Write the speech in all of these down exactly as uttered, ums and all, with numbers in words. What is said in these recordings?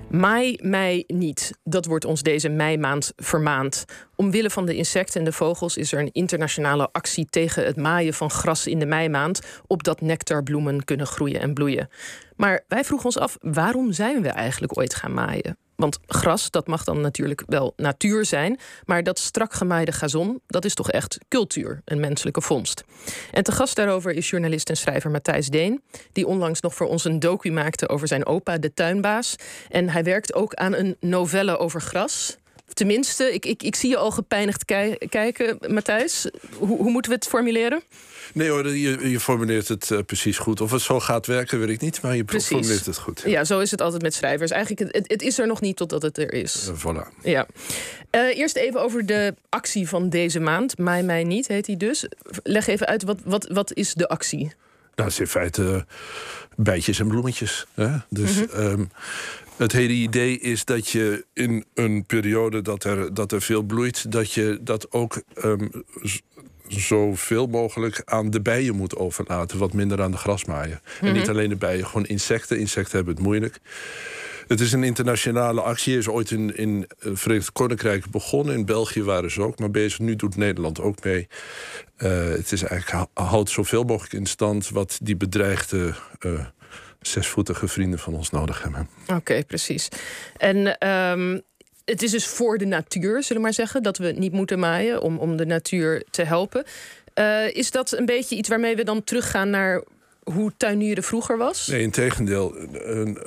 Maai mij niet. Dat wordt ons deze meimaand vermaand. Omwille van de insecten en de vogels is er een internationale actie tegen het maaien van gras in de meimaand, opdat nectarbloemen kunnen groeien en bloeien. Maar wij vroegen ons af, waarom zijn we eigenlijk ooit gaan maaien? Want gras, dat mag dan natuurlijk wel natuur zijn, maar dat strak gemaaide gazon, dat is toch echt cultuur, een menselijke vondst. En te gast daarover is journalist en schrijver Matthijs Deen, die onlangs nog voor ons een docu maakte over zijn opa, de tuinbaas. En hij werkt ook aan een novelle over gras. Tenminste, ik, ik, ik zie je al gepijnigd kei- kijken, Matthijs. Hoe, hoe moeten we het formuleren? Nee hoor, je, je formuleert het uh, precies goed. Of het zo gaat werken, weet ik niet, maar je precies. formuleert het goed. Ja, zo is het altijd met schrijvers. Eigenlijk, het, het is er nog niet totdat het er is. Uh, voilà. Ja. Uh, eerst even over de actie van deze maand. Maai mij niet, heet die dus. Leg even uit, wat, wat, wat is de actie? Nou, het is in feite uh, bijtjes en bloemetjes. Hè? Dus... Mm-hmm. Um, Het hele idee is dat je in een periode dat er, dat er veel bloeit, dat je dat ook um, z- zoveel mogelijk aan de bijen moet overlaten. Wat minder aan de grasmaaien. Mm-hmm. En niet alleen de bijen, gewoon insecten. Insecten hebben het moeilijk. Het is een internationale actie. Is ooit in, in het Verenigd Koninkrijk begonnen. In België waren ze ook maar bezig. Nu doet Nederland ook mee. Uh, het is eigenlijk, houdt zoveel mogelijk in stand wat die bedreigde Uh, zesvoetige vrienden van ons nodig hebben. Oké, okay, precies. En um, het is dus voor de natuur, zullen we maar zeggen, dat we niet moeten maaien om, om de natuur te helpen. Uh, is dat een beetje iets waarmee we dan teruggaan naar hoe tuinieren vroeger was? Nee, integendeel. Uh, uh,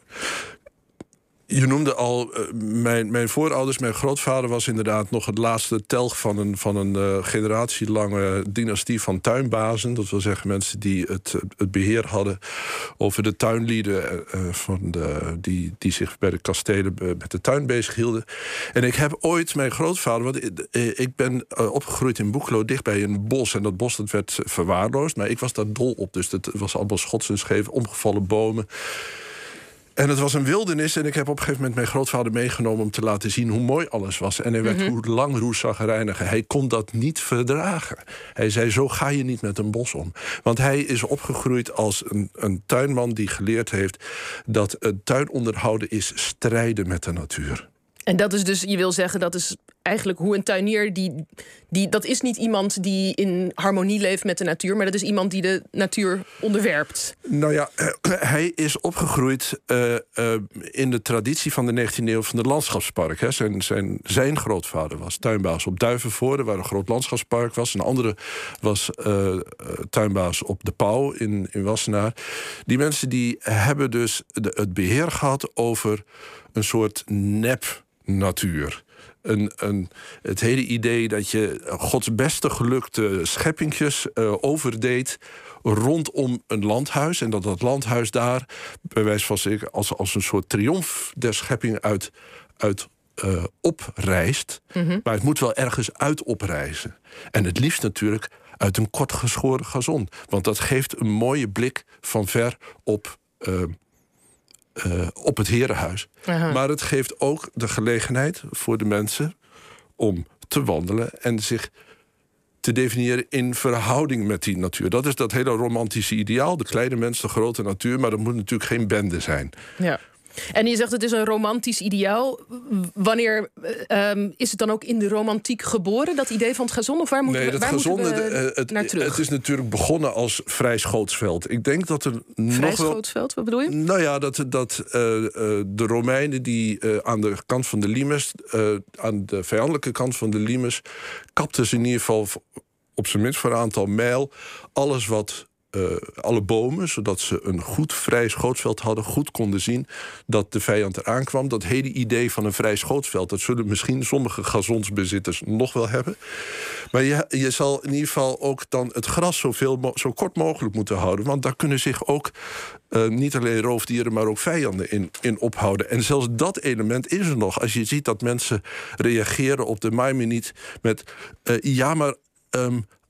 Je noemde al, uh, mijn, mijn voorouders, mijn grootvader was inderdaad nog het laatste telg van een, van een uh, generatielange dynastie van tuinbazen. Dat wil zeggen mensen die het, het beheer hadden over de tuinlieden uh, van de, die, die zich bij de kastelen uh, met de tuin bezig hielden. En ik heb ooit mijn grootvader, want ik, ik ben uh, opgegroeid in Boeklo dichtbij een bos. En dat bos dat werd verwaarloosd, maar ik was daar dol op. Dus het was allemaal schots en scheef, omgevallen bomen. En het was een wildernis en ik heb op een gegeven moment mijn grootvader meegenomen om te laten zien hoe mooi alles was. En hij werd mm-hmm. hoe lang roeszaggerijnig. Hij kon dat niet verdragen. Hij zei, zo ga je niet met een bos om. Want hij is opgegroeid als een, een tuinman die geleerd heeft dat het tuin onderhouden is strijden met de natuur. En dat is dus, je wil zeggen, dat is eigenlijk hoe een tuinier, die, die, dat is niet iemand die in harmonie leeft met de natuur, maar dat is iemand die de natuur onderwerpt. Nou ja, uh, hij is opgegroeid uh, uh, in de traditie van de negentiende eeuw van de landschapspark. Hè. Zijn, zijn, zijn grootvader was tuinbaas op Duivenvoorde, waar een groot landschapspark was. Een andere was uh, tuinbaas op De Pauw in, in Wassenaar. Die mensen die hebben dus de, het beheer gehad over een soort nep-natuur. Een, een, het hele idee dat je Gods beste gelukte scheppingjes uh, overdeed rondom een landhuis. En dat dat landhuis daar, bij wijze van spreken, als, als een soort triomf der schepping uit, uit uh, oprijst. Mm-hmm. Maar het moet wel ergens uit oprijzen. En het liefst natuurlijk uit een kort geschoren gazon. Want dat geeft een mooie blik van ver op Uh, Uh, op het herenhuis. Aha. Maar het geeft ook de gelegenheid voor de mensen om te wandelen en zich te definiëren in verhouding met die natuur. Dat is dat hele romantische ideaal. De kleine mens, de grote natuur, maar dat moet natuurlijk geen bende zijn. Ja. En je zegt het is een romantisch ideaal. Wanneer uh, um, is het dan ook in de romantiek geboren, dat idee van het gazon? Of waar moeten nee, we, waar gazon, moeten we het, het, naar terug? Het is natuurlijk begonnen als vrij schootsveld. Ik denk dat er vrij nog wel, schootsveld, wat bedoel je? Nou ja, dat, dat uh, uh, de Romeinen die uh, aan de kant van de limes, uh, aan de vijandelijke kant van de limes, kapten ze in ieder geval op zijn minst voor een aantal mijl alles wat Uh, alle bomen, zodat ze een goed vrij schootsveld hadden, goed konden zien dat de vijand eraan kwam. Dat hele idee van een vrij schootsveld, dat zullen misschien sommige gazonsbezitters nog wel hebben. Maar je, je zal in ieder geval ook dan het gras zoveel mo- zo kort mogelijk moeten houden, want daar kunnen zich ook uh, niet alleen roofdieren, maar ook vijanden in, in ophouden. En zelfs dat element is er nog. Als je ziet dat mensen reageren op de maai mij niet met Uh, ja, maar Um,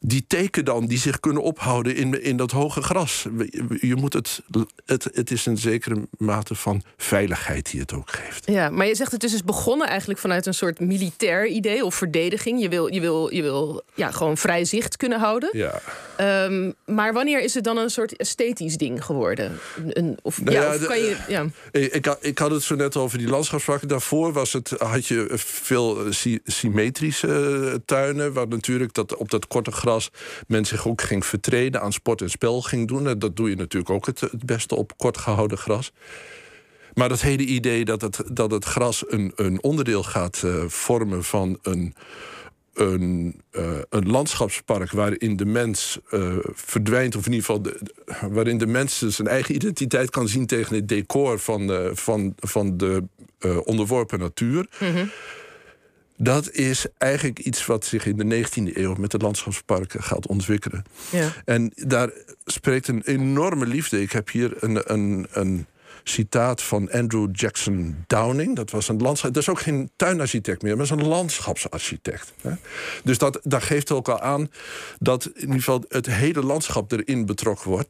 die teken dan die zich kunnen ophouden in, in dat hoge gras. Je moet het, het, het is een zekere mate van veiligheid die het ook geeft. Ja, maar je zegt het is begonnen eigenlijk vanuit een soort militair idee of verdediging. Je wil, je wil, je wil ja, gewoon vrij zicht kunnen houden. Ja. Um, maar wanneer is het dan een soort esthetisch ding geworden? Een, of, nou ja, ja, of kan je, ja. ik, ik had het zo net over die landschapsparken. Daarvoor was het, had je veel sy- symmetrische tuinen, waar natuurlijk dat, op dat korte gras men zich ook ging vertreden, aan sport en spel ging doen. Dat doe je natuurlijk ook het, het beste op kort gehouden gras. Maar dat hele idee dat het, dat het gras een, een onderdeel gaat uh, vormen van een, een, uh, een landschapspark waarin de mens uh, verdwijnt, of in ieder geval de, waarin de mens zijn eigen identiteit kan zien tegen het decor van, uh, van, van de uh, onderworpen natuur. Mm-hmm. Dat is eigenlijk iets wat zich in de negentiende eeuw met de landschapsparken gaat ontwikkelen. Ja. En daar spreekt een enorme liefde. Ik heb hier een, een, een citaat van Andrew Jackson Downing. Dat was een landschap. Dat is ook geen tuinarchitect meer, maar dat is een landschapsarchitect. Hè? Dus dat, dat geeft ook al aan dat in ieder geval het hele landschap erin betrokken wordt.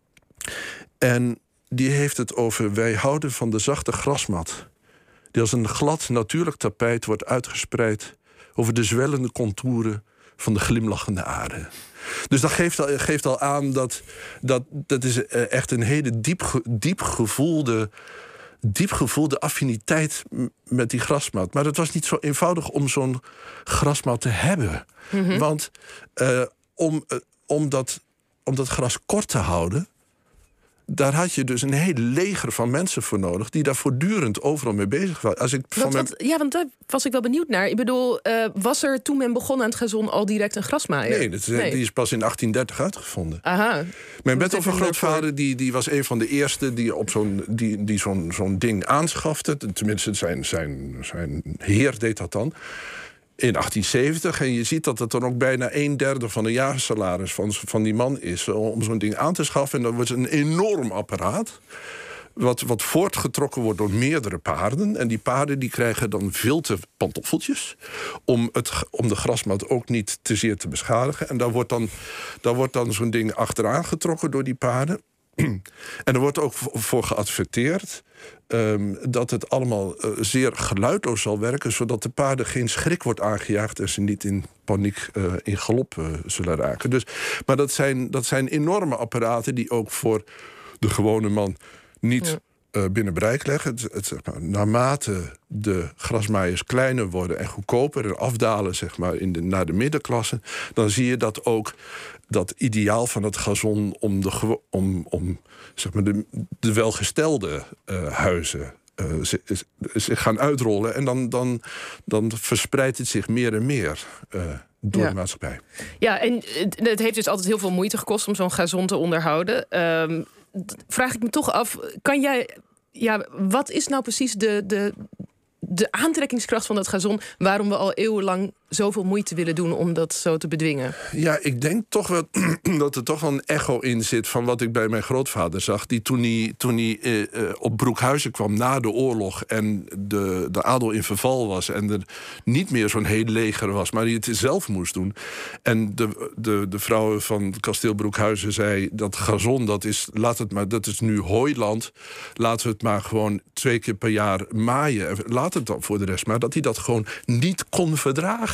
En die heeft het over: wij houden van de zachte grasmat, die als een glad natuurlijk tapijt wordt uitgespreid over de zwellende contouren van de glimlachende aarde. Dus dat geeft al, geeft al aan dat, dat dat is echt een hele diep, diep gevoelde, diep gevoelde affiniteit met die grasmat. Maar het was niet zo eenvoudig om zo'n grasmat te hebben. Mm-hmm. Want uh, om, uh, om, dat, om dat gras kort te houden, daar had je dus een heel leger van mensen voor nodig die daar voortdurend overal mee bezig waren. Als ik van wat, mijn... wat, ja, want daar was ik wel benieuwd naar. Ik bedoel, uh, was er toen men begon aan het gazon al direct een grasmaaier? Nee, dat is, nee. Die is pas in achttien dertig uitgevonden. Aha. Mijn betovergrootvader die, die was een van de eerste die op zo'n, die, die zo'n, zo'n ding aanschafte. Tenminste, zijn, zijn, zijn heer deed dat dan. In achttien zeventig. En je ziet dat het dan ook bijna een derde van een jaarsalaris van, van die man is om zo'n ding aan te schaffen. En dat was een enorm apparaat. Wat, wat voortgetrokken wordt door meerdere paarden. En die paarden die krijgen dan vilte pantoffeltjes. Om, het, om de grasmat ook niet te zeer te beschadigen. En daar wordt dan, daar wordt dan zo'n ding achteraan getrokken door die paarden. En er wordt ook voor geadverteerd Um, dat het allemaal uh, zeer geluidloos zal werken, zodat de paarden geen schrik wordt aangejaagd en ze niet in paniek uh, in galop uh, zullen raken. Dus, maar dat zijn, dat zijn enorme apparaten die ook voor de gewone man niet ja. uh, binnen bereik leggen. Het, het, zeg maar, naarmate de grasmaaiers kleiner worden en goedkoper en afdalen zeg maar, in de, naar de middenklasse, dan zie je dat ook dat ideaal van het gazon om de, om, om, zeg maar de, de welgestelde uh, huizen uh, zich, zich gaan uitrollen. En dan, dan, dan verspreidt het zich meer en meer uh, door ja. de maatschappij. Ja, en het, het heeft dus altijd heel veel moeite gekost om zo'n gazon te onderhouden. Um, vraag ik me toch af, kan jij, ja, wat is nou precies de, de, de aantrekkingskracht van dat gazon, waarom we al eeuwenlang zoveel moeite willen doen om dat zo te bedwingen? Ja, ik denk toch wel dat er toch wel een echo in zit van wat ik bij mijn grootvader zag. Die toen hij, toen hij uh, op Broekhuizen kwam na de oorlog en de, de adel in verval was en er niet meer zo'n heel leger was, maar die het zelf moest doen. En de, de, de vrouw van kasteel Broekhuizen zei, dat gazon, dat is, laat het maar, dat is nu hooiland. Laten we het maar gewoon twee keer per jaar maaien. Laat het dan voor de rest maar. Dat hij dat gewoon niet kon verdragen.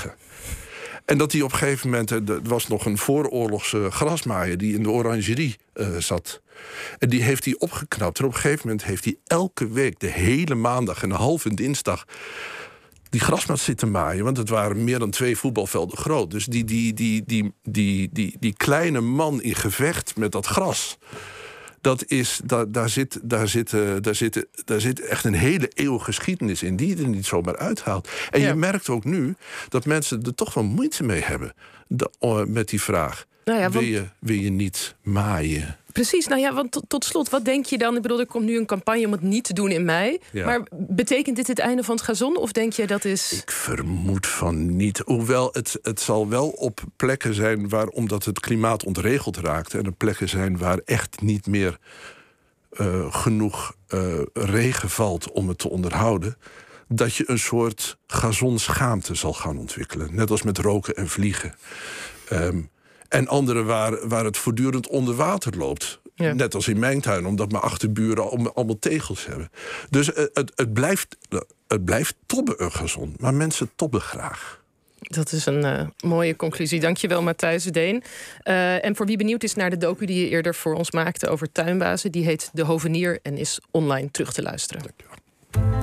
En dat hij op een gegeven moment, er was nog een vooroorlogse grasmaaier die in de orangerie uh, zat. En die heeft hij opgeknapt. En op een gegeven moment heeft hij elke week, de hele maandag en een halve dinsdag, die grasmat zitten maaien. Want het waren meer dan twee voetbalvelden groot. Dus die, die, die, die, die, die, die kleine man in gevecht met dat gras, dat is, daar, daar, zit, daar, zit, uh, daar, zit, daar zit echt een hele eeuw geschiedenis in die je er niet zomaar uithaalt. En ja. je merkt ook nu dat mensen er toch wel moeite mee hebben de, uh, met die vraag. Nou ja, wil, want... je, wil je niet maaien? Precies, nou ja, want tot, tot slot, wat denk je dan? Ik bedoel, er komt nu een campagne om het niet te doen in mei. Ja. Maar betekent dit het einde van het gazon? Of denk je dat is... Ik vermoed van niet. Hoewel, het, het zal wel op plekken zijn waar, omdat het klimaat ontregeld raakt, en er plekken zijn waar echt niet meer uh, genoeg uh, regen valt om het te onderhouden, dat je een soort gazonschaamte zal gaan ontwikkelen. Net als met roken en vliegen. Um, En andere waar, waar het voortdurend onder water loopt. Ja. Net als in mijn tuin, omdat mijn achterburen allemaal tegels hebben. Dus het, het, blijft, het blijft tobben gezond. Maar mensen tobben graag. Dat is een uh, mooie conclusie. Dankjewel, Matthijs Deen. Uh, en voor wie benieuwd is naar de docu die je eerder voor ons maakte over tuinbazen, die heet De Hovenier en is online terug te luisteren. Dankjewel.